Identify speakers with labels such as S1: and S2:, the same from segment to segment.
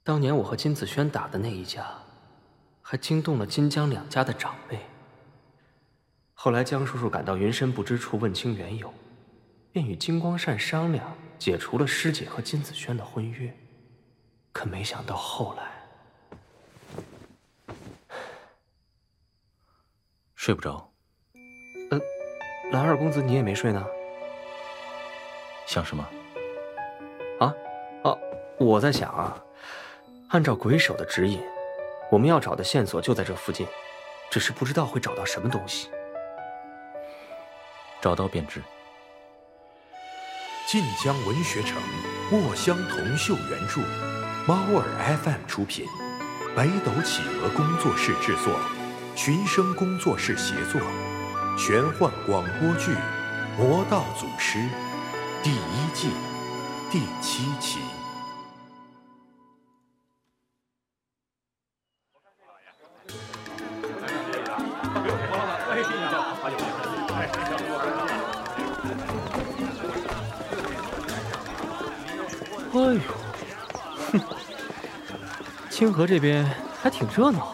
S1: 当年我和金子轩打的那一架，还惊动了金江两家的长辈。后来江叔叔赶到云深不知处问清缘由，便与金光善商量解除了师姐和金子轩的婚约。可没想到后来……
S2: 睡不着？
S1: 蓝二公子，你也没睡呢？
S2: 想什么？
S1: 我在想啊，按照鬼手的指引，我们要找的线索就在这附近，只是不知道会找到什么东西。
S2: 找到便知。
S3: 晋江文学城，墨香铜臭原著，猫耳 FM 出品，北斗企鹅工作室制作，群生工作室协作，玄幻广播剧《魔道祖师》第1季第7期。
S1: 哎呦，哼，清河这边还挺热闹。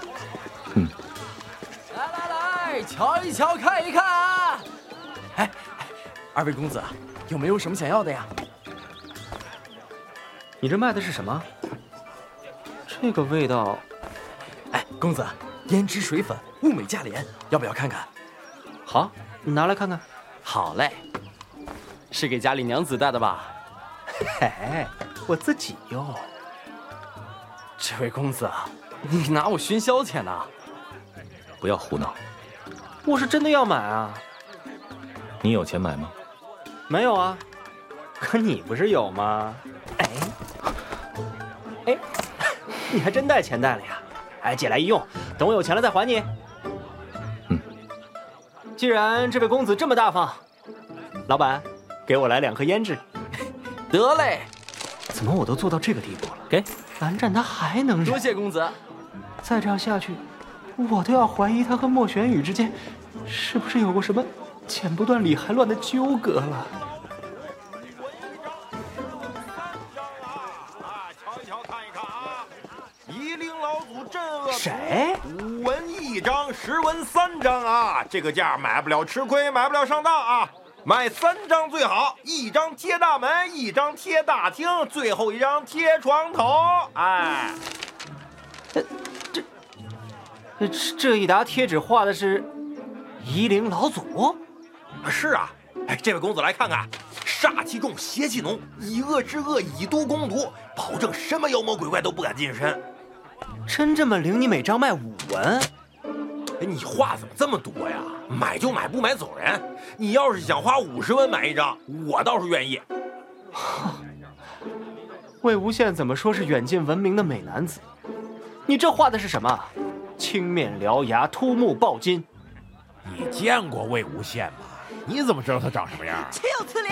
S4: 来，瞧一瞧，看一看啊！哎，二位公子，有没有什么想要的呀？
S1: 你这卖的是什么？这个味道……
S4: 哎，公子，胭脂水粉，物美价廉，要不要看看？
S1: 好，你拿来看看。
S4: 好嘞，是给家里娘子带的吧？
S1: 嘿，我自己用。
S4: 这位公子，你拿我熏消遣呢？
S2: 不要胡闹！
S1: 我是真的要买啊。
S2: 你有钱买吗？
S1: 没有啊，可你不是有吗？哎，你还真带钱袋了呀？哎，借来一用，等我有钱了再还你。既然这位公子这么大方，老板，给我来2颗胭脂。
S4: 得嘞。
S1: 怎么我都做到这个地步了，给蓝湛他还能忍？
S4: 多谢公子。
S1: 再这样下去，我都要怀疑他和莫玄羽之间是不是有过什么剪不断理还乱的纠葛了。
S5: 瞧一瞧，看一看啊！夷陵老祖镇恶图，
S1: 谁
S5: 5文1张，10文3张啊！这个价买不了吃亏，买不了上当啊！买3张最好，1张贴大门，1张贴大厅，最后1张贴床头。哎，
S1: 这一沓贴纸画的是夷陵老祖。
S5: 是啊，哎，这位公子来看看，煞气重，邪气浓，以恶制恶，以毒攻毒，保证什么妖魔鬼怪都不敢近身。
S1: 真这么灵？你每张卖5文？
S5: 哎，你话怎么这么多呀？买就买，不买走人。你要是想花50文买1张，我倒是愿意。
S1: 魏无羡怎么说是远近闻名的美男子？你这画的是什么？青面獠牙，秃目暴金。
S6: 你见过魏无羡吗？你怎么知道他长什么样？
S7: 岂有此理！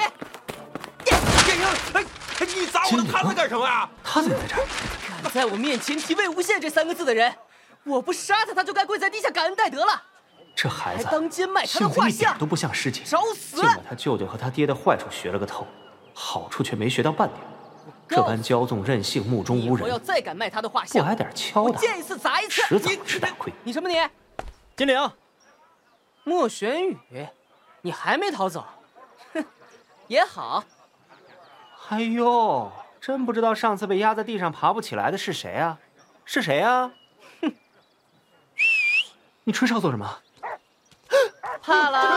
S5: 哎，你砸我的摊子干什么呀？
S1: 他怎么在这儿？
S7: 敢在我面前提魏无羡这3个字的人，我不杀他，他就该跪在地下感恩戴德了。
S1: 这孩子
S7: 还当街卖他的
S1: 性子
S7: 画像，
S1: 一点都不像师姐，
S7: 找死！
S1: 竟把他舅舅和他爹的坏处学了个透，好处却没学到半点。这般骄纵任性、目中无人，
S7: 我要再敢卖他的画
S1: 不
S7: 像，
S1: 挨点敲打，
S7: 见一次砸一次，
S1: 迟早吃大亏。
S7: 你什么你？
S1: 金陵，
S7: 莫玄羽，你还没逃走？哼，也好。
S1: 哎呦，真不知道上次被压在地上爬不起来的是谁啊？是谁啊？哼！你吹哨做什么？
S7: 怕了？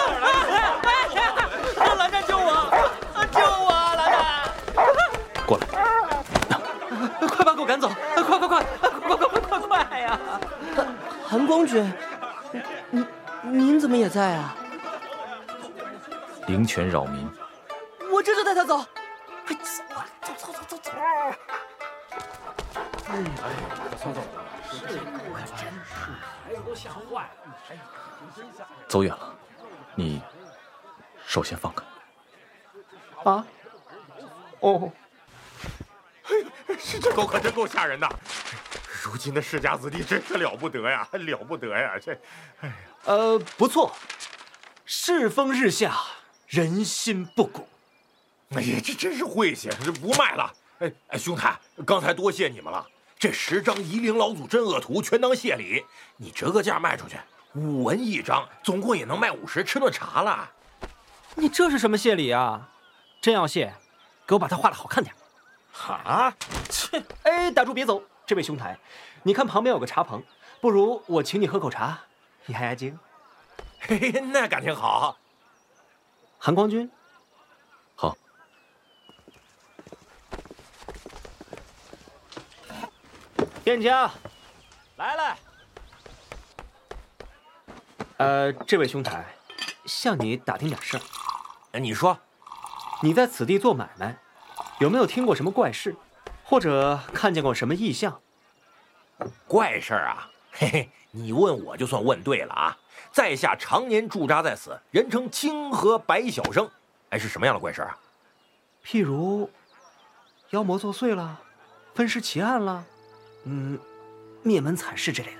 S1: 蓝湛救我！救我！蓝湛，
S2: 过来！
S1: 快把狗赶走！快呀！
S7: 韩光君，您怎么也在啊？
S2: 灵泉扰民，
S7: 我这就带他走。快走啊！走！
S2: 走远了，你首先放开。
S1: 啊？哦，
S5: 这狗可真够吓人的。如今的世家子弟真是了不得呀，了不得呀！这，哎呀，
S1: 不错，世风日下，人心不古。
S5: 哎呀，这真是晦气，这不卖了。 哎，兄台，刚才多谢你们了。这10张夷陵老祖镇恶图全当谢礼，你折个价卖出去，5文1张，总共也能卖50，吃顿茶了。
S1: 你这是什么谢礼啊？真要谢，给我把它画得好看点。
S5: 哈？
S1: 切！哎，打住，别走！这位兄台，你看旁边有个茶棚，不如我请你喝口茶，你压压惊。
S5: 嘿嘿，那感情好。
S1: 韩光君，
S2: 好。
S1: 店家，
S4: 来了。
S1: 这位兄台，向你打听点事儿。
S5: 你说，
S1: 你在此地做买卖，有没有听过什么怪事，或者看见过什么异象？
S5: 怪事儿啊？嘿嘿，你问我就算问对了啊！在下常年驻扎在此，人称清河白晓生。哎，是什么样的怪事啊？
S1: 譬如妖魔作祟了，分尸奇案了，灭门惨事之类的。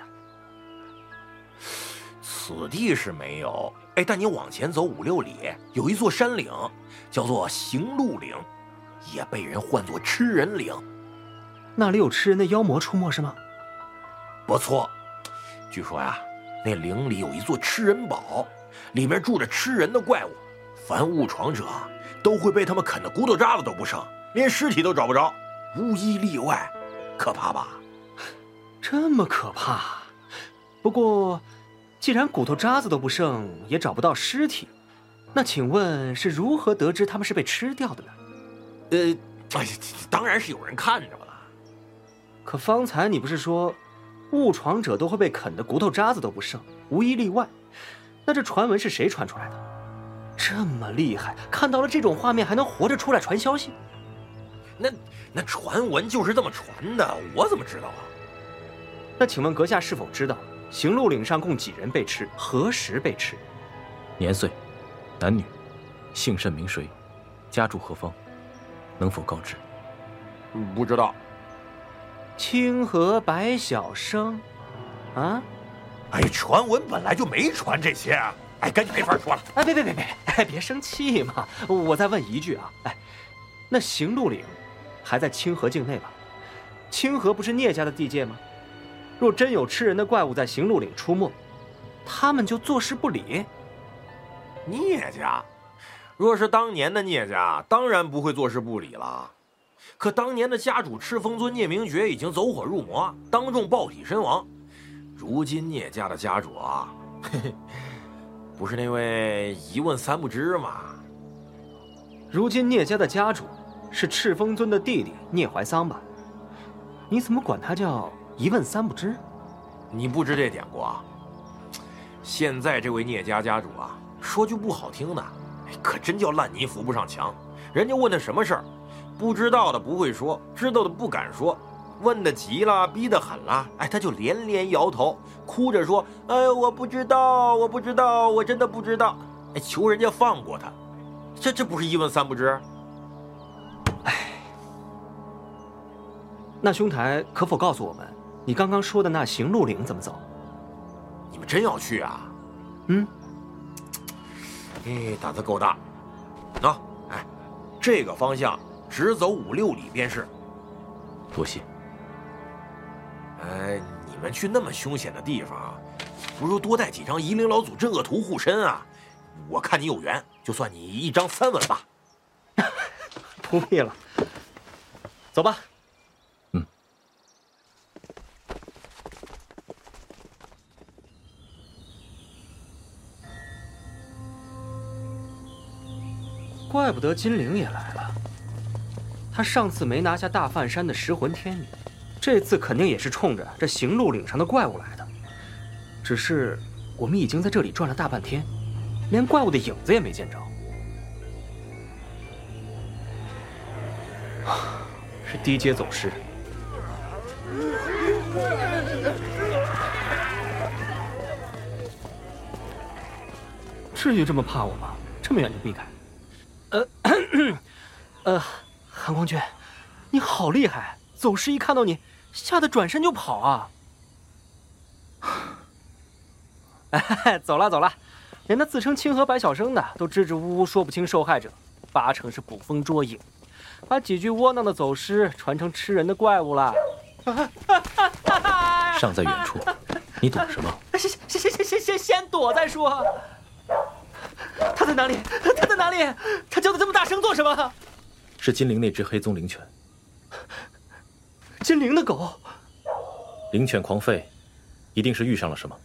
S5: 此地是没有，哎，但你往前走5、6里，有一座山岭，叫做行路岭，也被人唤作吃人岭。
S1: 那里有吃人的妖魔出没是吗？
S5: 不错，据说呀，那岭里有一座吃人堡，里面住着吃人的怪物，凡误闯者都会被他们啃得骨头渣子都不剩，连尸体都找不着，无一例外。可怕吧？
S1: 这么可怕？不过，既然骨头渣子都不剩，也找不到尸体，那请问是如何得知他们是被吃掉的呢？
S5: 当然是有人看着了。
S1: 可方才你不是说，误闯者都会被啃得骨头渣子都不剩，无一例外？那这传闻是谁传出来的？这么厉害，看到了这种画面还能活着出来传消息？
S5: 那传闻就是这么传的，我怎么知道啊？
S1: 那请问阁下是否知道行路岭上共几人被吃，何时被吃？
S2: 年岁、男女、姓甚名谁、家住何方，能否告知？
S5: 不知道。
S1: 清河白晓生，啊？
S5: 哎，传闻本来就没传这些啊！哎，赶紧没法说了。
S1: 哎，别生气嘛！我再问一句啊，哎，那行路岭还在清河境内吧？清河不是聂家的地界吗？若真有吃人的怪物在行路岭出没，他们就坐视不理。
S5: 聂家，若是当年的聂家，当然不会坐视不理了。可当年的家主赤峰尊聂明觉已经走火入魔，当众爆体身亡。如今聂家的家主啊，不是那位一问三不知吗？
S1: 如今聂家的家主是赤峰尊的弟弟聂怀桑吧？你怎么管他叫一问三不知？
S5: 你不知这典故啊？现在这位聂家家主啊，说句不好听的，可真叫烂泥扶不上墙。人家问他什么事儿，不知道的不会说，知道的不敢说，问的急了，逼得狠了，哎，他就连连摇头，哭着说：“哎，我不知道，我不知道，我真的不知道。”哎，求人家放过他，这不是一问三不知？
S1: 哎，那兄台可否告诉我们，你刚刚说的那行路岭怎么走？
S5: 你们真要去啊？哎，胆子够大。喏，哎，这个方向直走5、6里便是。
S2: 多谢。
S5: 你们去那么凶险的地方，不如多带几张夷陵老祖镇恶图护身啊！我看你有缘，就算你1张3文吧。
S1: 不必了，走吧。怪不得金陵也来了。他上次没拿下大梵山的食魂天女，这次肯定也是冲着这行路岭上的怪物来的。只是我们已经在这里转了大半天，连怪物的影子也没见着。是低阶走失。至于这么怕我吗？这么远就避开？韩光君，你好厉害！走失一看到你，吓得转身就跑啊！哎，走了，连那自称清河白晓生的都支支吾吾说不清受害者，8成是捕风捉影。 把几具窝囊的走尸传成吃人的怪物了。
S2: 尚在远处，你懂什么？
S1: 先躲再说。他在哪里？他在哪里？他叫的这么大声做什么？
S2: 是金陵那只黑棕灵犬。
S1: 金陵的狗。
S2: 灵犬狂吠，一定是遇上了什么。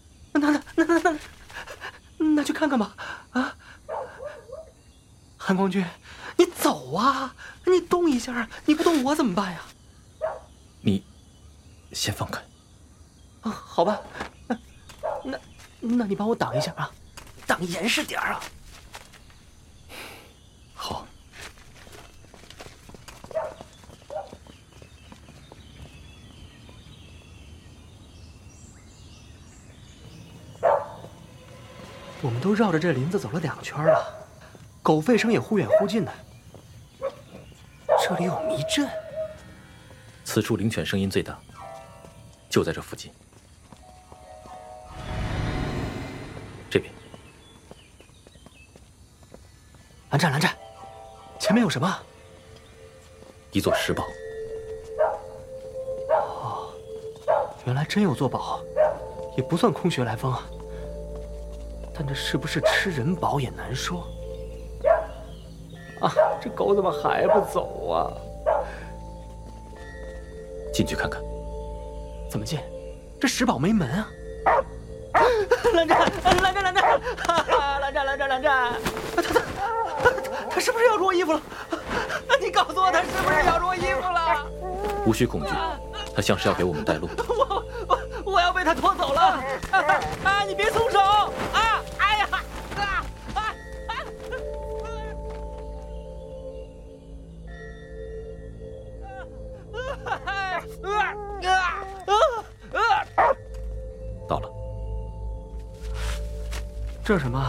S1: 那去看看吧。啊，韩光君，你走啊！你动一下，你不动我怎么办呀？
S2: 你先放开。
S1: 啊，好吧。那你帮我挡一下啊，挡严实点啊。
S2: 好。
S1: 我们都绕着这林子走了2圈了，狗吠声也忽远忽近的。这里有迷阵。
S2: 此处灵犬声音最大，就在这附近。这边。拦战！前面有什么？一座石堡。
S1: 哦，原来真有座堡，也不算空穴来风啊。但这是不是吃人堡也难说。啊，这狗怎么还不走啊？
S2: 进去看看。
S1: 怎么进？这石堡没门啊！蓝湛！他是不是要脱衣服了？你告诉我，他是不是要脱衣服了？
S2: 无需恐惧，他像是要给我们带路。
S1: 我要被他拖走了！你别松手！哎呀！
S2: 到了。
S1: 这是什么？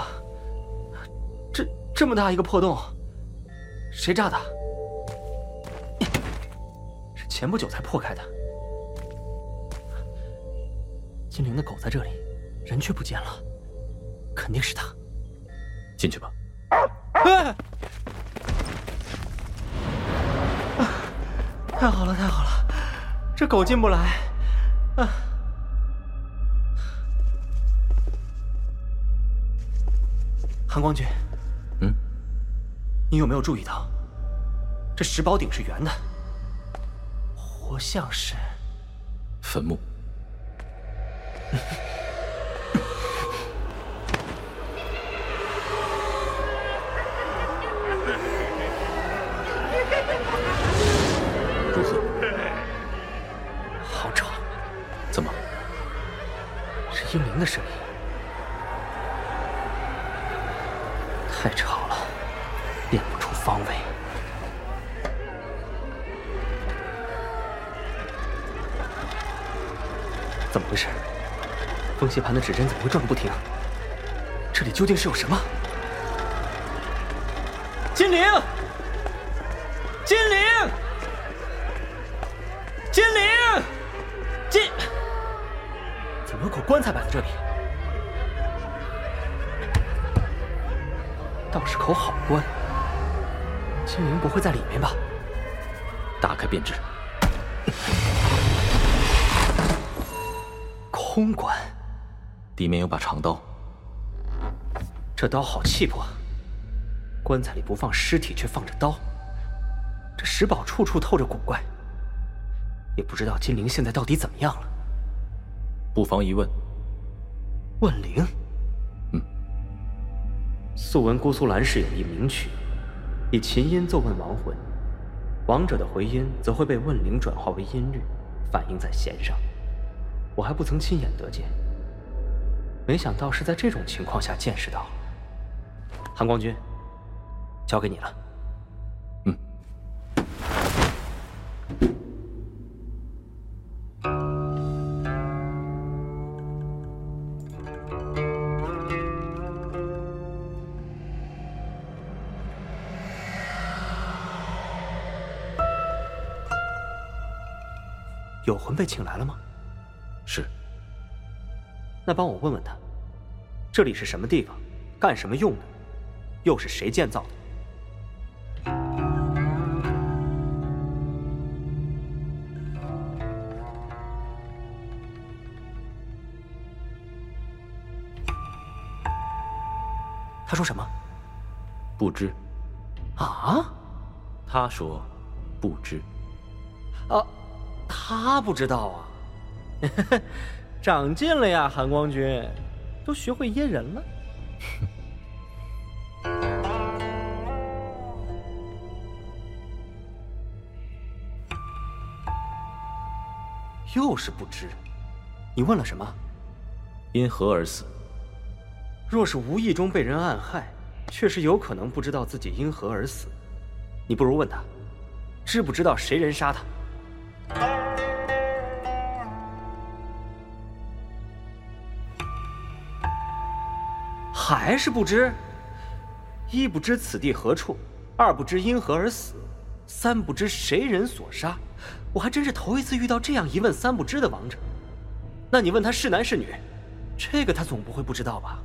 S1: 这么大一个破洞，谁炸的？是前不久才破开的。金陵的狗在这里，人却不见了，肯定是他。
S2: 进去吧。
S1: 太好了，这狗进不来。韩光君，你有没有注意到，这石堡顶是圆的，活像是
S2: 坟墓。如何？
S1: 好吵。
S2: 怎么？
S1: 是婴灵的声音。太吵了，辨不出方位。怎么回事？风蟹盘的指针怎么会转个不停？这里究竟是有什么？金陵！怎么有口棺材摆在这里？倒是口好棺，金陵不会在里面吧？
S2: 打开便知。
S1: 空棺，
S2: 里面有把长刀。
S1: 这刀好气魄，棺材里不放尸体，却放着刀。这石堡处处透着古怪，也不知道金陵现在到底怎么样了。
S2: 不妨一问。
S1: 问灵？素闻姑苏蓝氏有一名曲，以琴音奏问亡魂，亡者的回音则会被问灵转化为音律，反映在弦上。我还不曾亲眼得见，没想到是在这种情况下见识到了。韩光君，交给你了。有魂被请来了吗？
S2: 是。
S1: 那帮我问问他，这里是什么地方，干什么用的，又是谁建造的？ 他说什么？
S2: 不知。
S1: 啊？
S2: 他说不知。
S1: 他不知道啊。长进了呀，韩光君，都学会噎人了。又是不知，你问了什么？
S2: 因何而死？
S1: 若是无意中被人暗害，确实有可能不知道自己因何而死。你不如问他，知不知道谁人杀他？还是不知？一不知此地何处，二不知因何而死，三不知谁人所杀。我还真是头一次遇到这样一问三不知的王者。那你问他是男是女，这个他总不会不知道吧？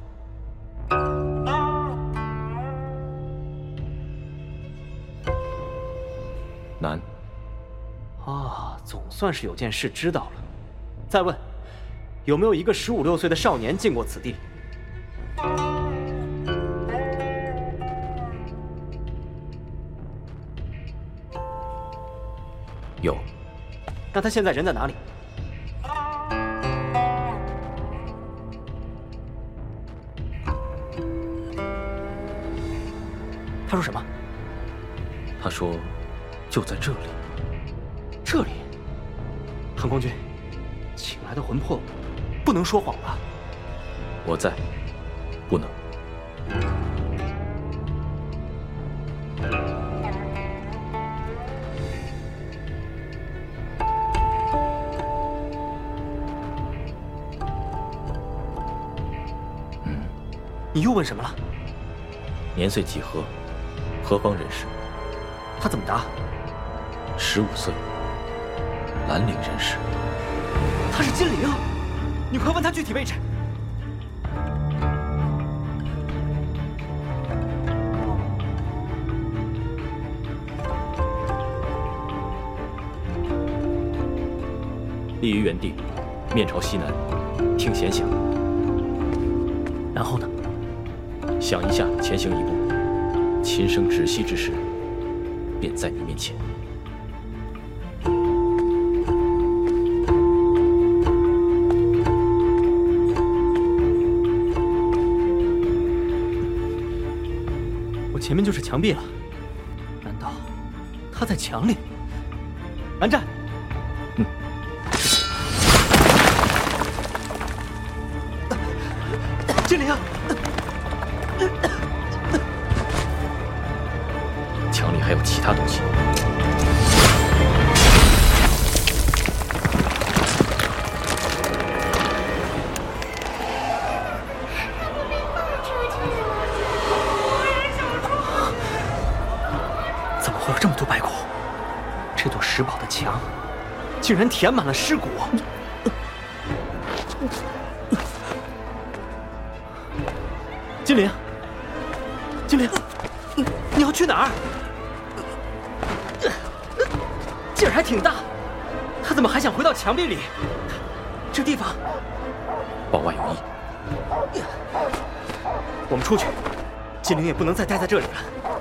S2: 男。
S1: 总算是有件事知道了。再问，有没有一个15、16岁的少年进过此地？
S2: 有。
S1: 那他现在人在哪里？他说什么？
S2: 他说就在这里。
S1: 这里？韩光君，请来的魂魄不能说谎吧？
S2: 我在，不能。
S1: 你又问什么了？
S2: 年岁几何？何方人士？
S1: 他怎么答
S2: ？15岁，兰陵人士。
S1: 他是金陵，你快问他具体位置。
S2: 立于原地，面朝西南，听弦响。
S1: 然后呢？
S2: 想一下，前行一步，琴声止息之时，便在你面前。
S1: 我前面就是墙壁了，难道他在墙里？蓝湛。金陵。
S2: 墙里还有其他东西。
S1: 怎么会有这么多白骨？这座石堡的墙竟然填满了尸骨！金陵，金陵，你要去哪儿？劲儿还挺大，他怎么还想回到墙壁里？这地方
S2: 报外有异。
S1: 我们出去，金陵也不能再待在这里了。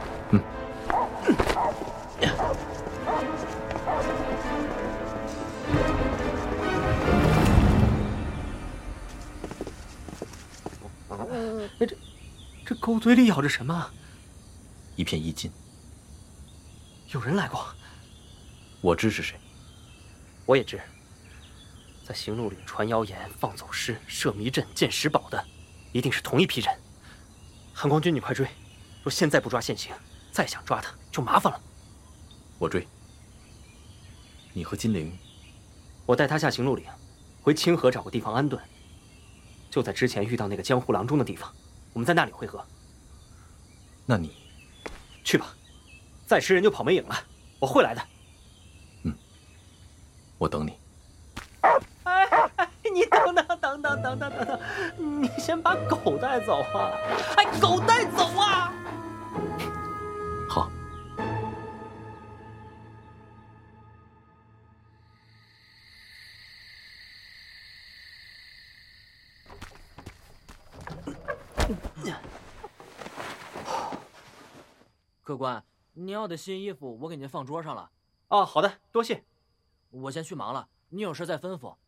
S1: 这沟堆里咬着什么？
S2: 一片衣襟。
S1: 有人来过。
S2: 我知是谁。
S1: 我也知。在行路里传谣言、放走尸、设迷阵、建石堡的，一定是同一批人。韩光君，你快追！若现在不抓现行，再想抓他就麻烦了。
S2: 我追。你和金陵？
S1: 我带他下行路岭，回清河找个地方安顿。就在之前遇到那个江湖郎中的地方，我们在那里会合。
S2: 那你
S1: 去吧，再迟人就跑没影了。我会来的。
S2: 我等你。
S1: 你等，你先把狗带走啊！狗带走啊！
S2: 好。
S4: 客官，您要的新衣服我给您放桌上了。
S1: 哦，好的，多谢。
S4: 我先去忙了，您有事再吩咐。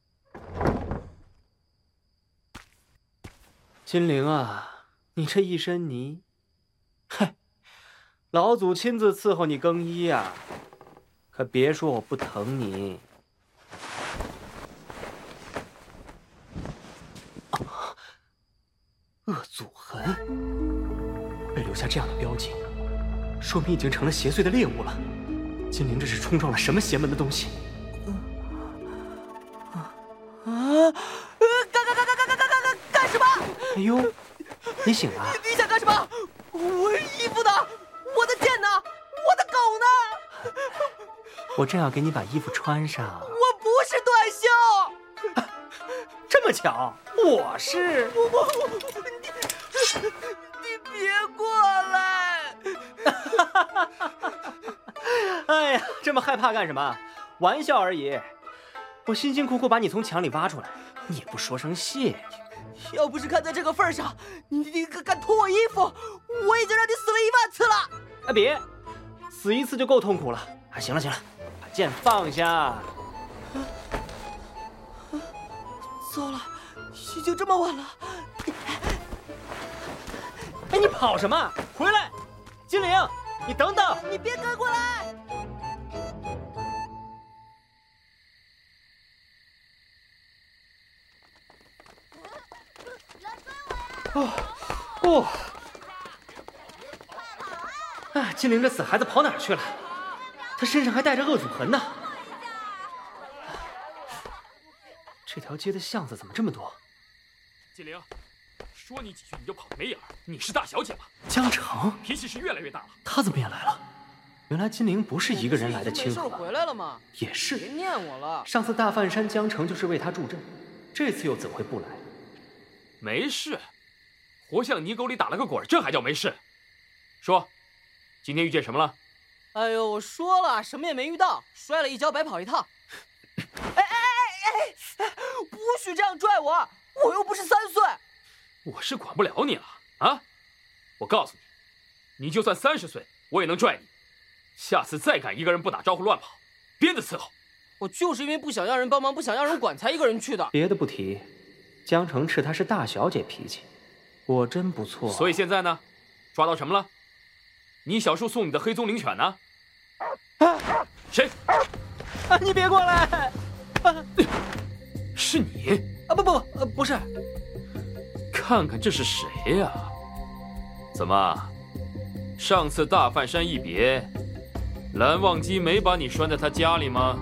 S1: 金陵啊，你这一身泥，嗨，老祖亲自伺候你更衣啊，可别说我不疼你。恶祖痕，被留下这样的标记，说明已经成了邪祟的猎物了。金陵这是冲撞了什么邪门的东西？
S7: 干什么？
S1: 哎呦，你醒了？
S7: 你想干什么？我衣服呢？我的剑呢？我的狗呢？
S1: 我正要给你把衣服穿上。
S7: 我不是短袖。
S1: 这么巧，我是。
S7: 你别过来！
S1: 哎呀，这么害怕干什么？玩笑而已。我辛辛苦苦把你从墙里挖出来，你也不说声谢。
S7: 要不是看在这个份上，你敢脱我衣服，我已经让你死了1万次了。
S1: 哎，别，死一次就够痛苦了。啊，行了行了，把剑放下。
S7: 糟了，已经这么晚了。
S1: 哎，你跑什么？回来！金陵，你等等！
S7: 你别跟过来！
S1: 哦，哎，金陵这死孩子跑哪儿去了？他身上还带着恶祖痕呢。这条街的巷子怎么这么多？
S8: 金陵，说你几句你就跑得没影儿，你是大小姐吗？
S1: 江城
S8: 脾气是越来越大了。
S1: 他怎么也来了？原来金陵不是一个人来的清河。
S7: 没事回来了吗？
S1: 也是。
S7: 别念我了。
S1: 上次大范山江城就是为他助阵，这次又怎会不来？
S8: 没事，活像泥沟里打了个滚，这还叫没事？说，今天遇见什么了？
S7: 哎呦，我说了，什么也没遇到，摔了一跤，白跑一趟。不许这样拽我，我又不是3岁。
S8: 我是管不了你了啊！我告诉你，你就算30岁，我也能拽你。下次再敢一个人不打招呼乱跑，鞭子伺候。
S7: 我就是因为不想让人帮忙，不想让人管，才一个人去的。
S1: 别的不提，江城斥他是大小姐脾气，果真不错。
S8: 所以现在呢，抓到什么了？你小叔送你的黑棕灵犬呢？谁？
S1: 你别过来！
S8: 是你？
S1: 不是。
S8: 看看这是谁呀？怎么，上次大范山一别，蓝忘机没把你拴在他家里吗？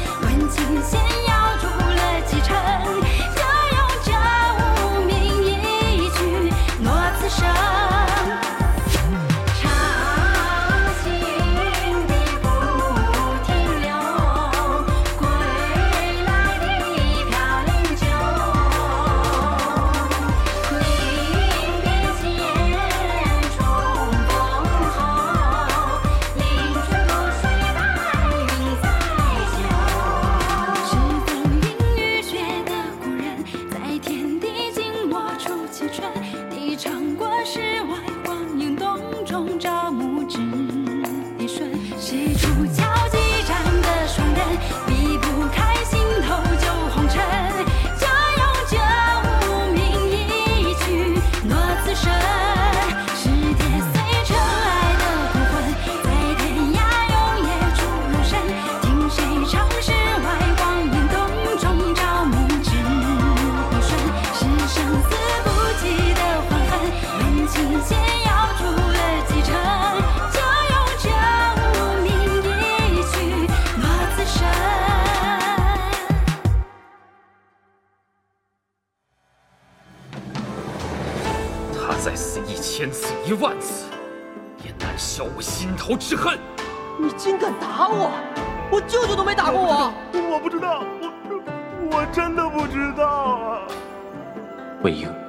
S9: 先要筑了几城，就用这无名义
S8: 再死1000次10000次，也难消我心头之恨。
S7: 你竟敢打我！我舅舅都没打过我。
S5: 我不知道，我真的不知道啊。
S2: 魏婴，